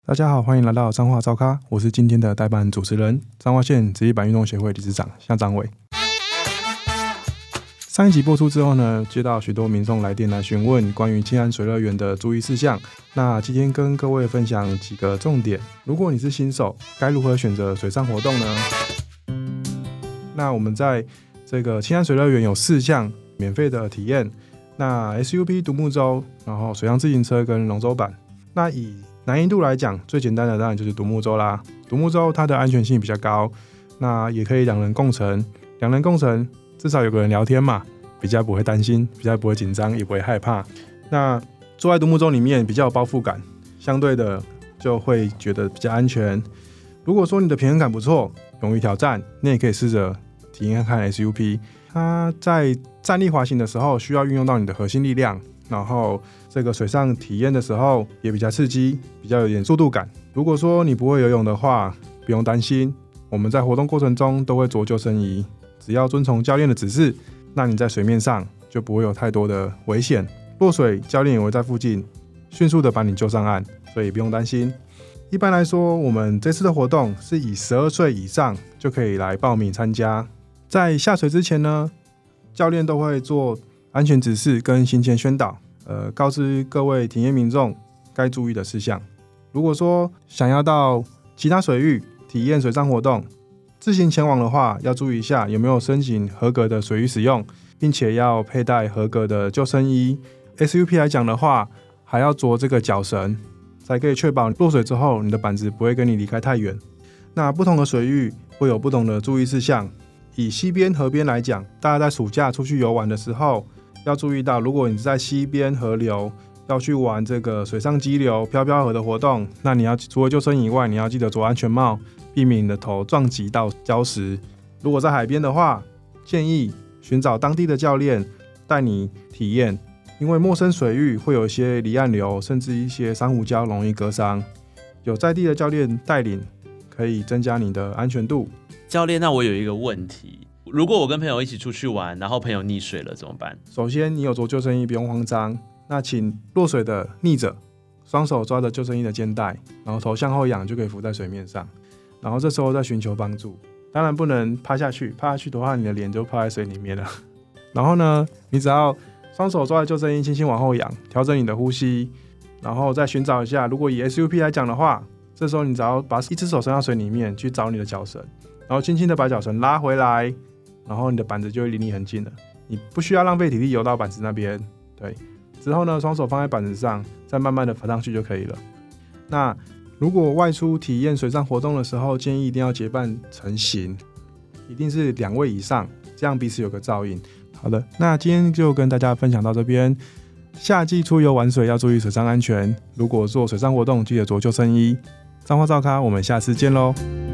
大家好，欢迎来到彰化造咖，我是今天的代班主持人，彰化县职业板运动协会理事长向张伟。上一集播出之后呢，接到许多民众来电来询问关于青安水乐园的注意事项。那今天跟各位分享几个重点。如果你是新手，该如何选择水上活动呢？那我们在这个青安水乐园有4项免费的体验。那 SUP 独木舟，然后水上自行车跟龙舟板。那以难易度来讲，最简单的当然就是独木舟啦。独木舟它的安全性比较高，那也可以2人共乘。2人共乘，至少有个人聊天嘛，比较不会担心，比较不会紧张，也不会害怕。那坐在独木舟里面比较有包覆感，相对的就会觉得比较安全。如果说你的平衡感不错，勇于挑战，你也可以试着体验看看 SUP。它在站立滑行的时候，需要运用到你的核心力量。然后这个水上体验的时候也比较刺激，比较有点速度感。如果说你不会游泳的话，不用担心，我们在活动过程中都会着救生衣，只要遵从教练的指示，那你在水面上就不会有太多的危险。落水，教练也会在附近迅速的把你救上岸，所以不用担心。一般来说，我们这次的活动是以12岁以上就可以来报名参加。在下水之前呢，教练都会做安全指示跟行前宣导，告知各位体验民众该注意的事项。如果说想要到其他水域体验水上活动，自行前往的话，要注意一下有没有申请合格的水域使用，并且要佩戴合格的救生衣。SUP 来讲的话，还要着这个脚绳，才可以确保落水之后你的板子不会跟你离开太远。那不同的水域会有不同的注意事项。以溪边、河边来讲，大家在暑假出去游玩的时候，要注意到，如果你是在溪边河流要去玩这个水上激流、漂漂河的活动，那你要除了救生以外，你要记得着安全帽，避免你的头撞击到礁石。如果在海边的话，建议寻找当地的教练带你体验，因为陌生水域会有一些离岸流，甚至一些珊瑚礁容易割伤。有在地的教练带领，可以增加你的安全度。 教练，那我有一个问题，如果我跟朋友一起出去玩，然后朋友溺水了怎么办？ 首先，你有着救生衣，不用慌张。那请落水的溺者，双手抓着救生衣的肩带，然后头向后仰，就可以浮在水面上。然后这时候再寻求帮助，当然不能趴下去，趴下去的话，你的脸就泡在水里面了。然后呢，你只要双手抓着救生衣，轻轻往后仰，调整你的呼吸，然后再寻找一下。如果以 SUP 来讲的话，这时候你只要把一只手伸到水里面去找你的脚绳。然后轻轻的把脚绳拉回来，然后你的板子就会离你很近了。你不需要浪费体力游到板子那边，对。之后呢，双手放在板子上，再慢慢的浮上去就可以了。那如果外出体验水上活动的时候，建议一定要结伴成行，一定是2位以上，这样彼此有个照应。好的，那今天就跟大家分享到这边。夏季出游玩水要注意水上安全，如果做水上活动，记得着救生衣。彰化造咖，我们下次见喽。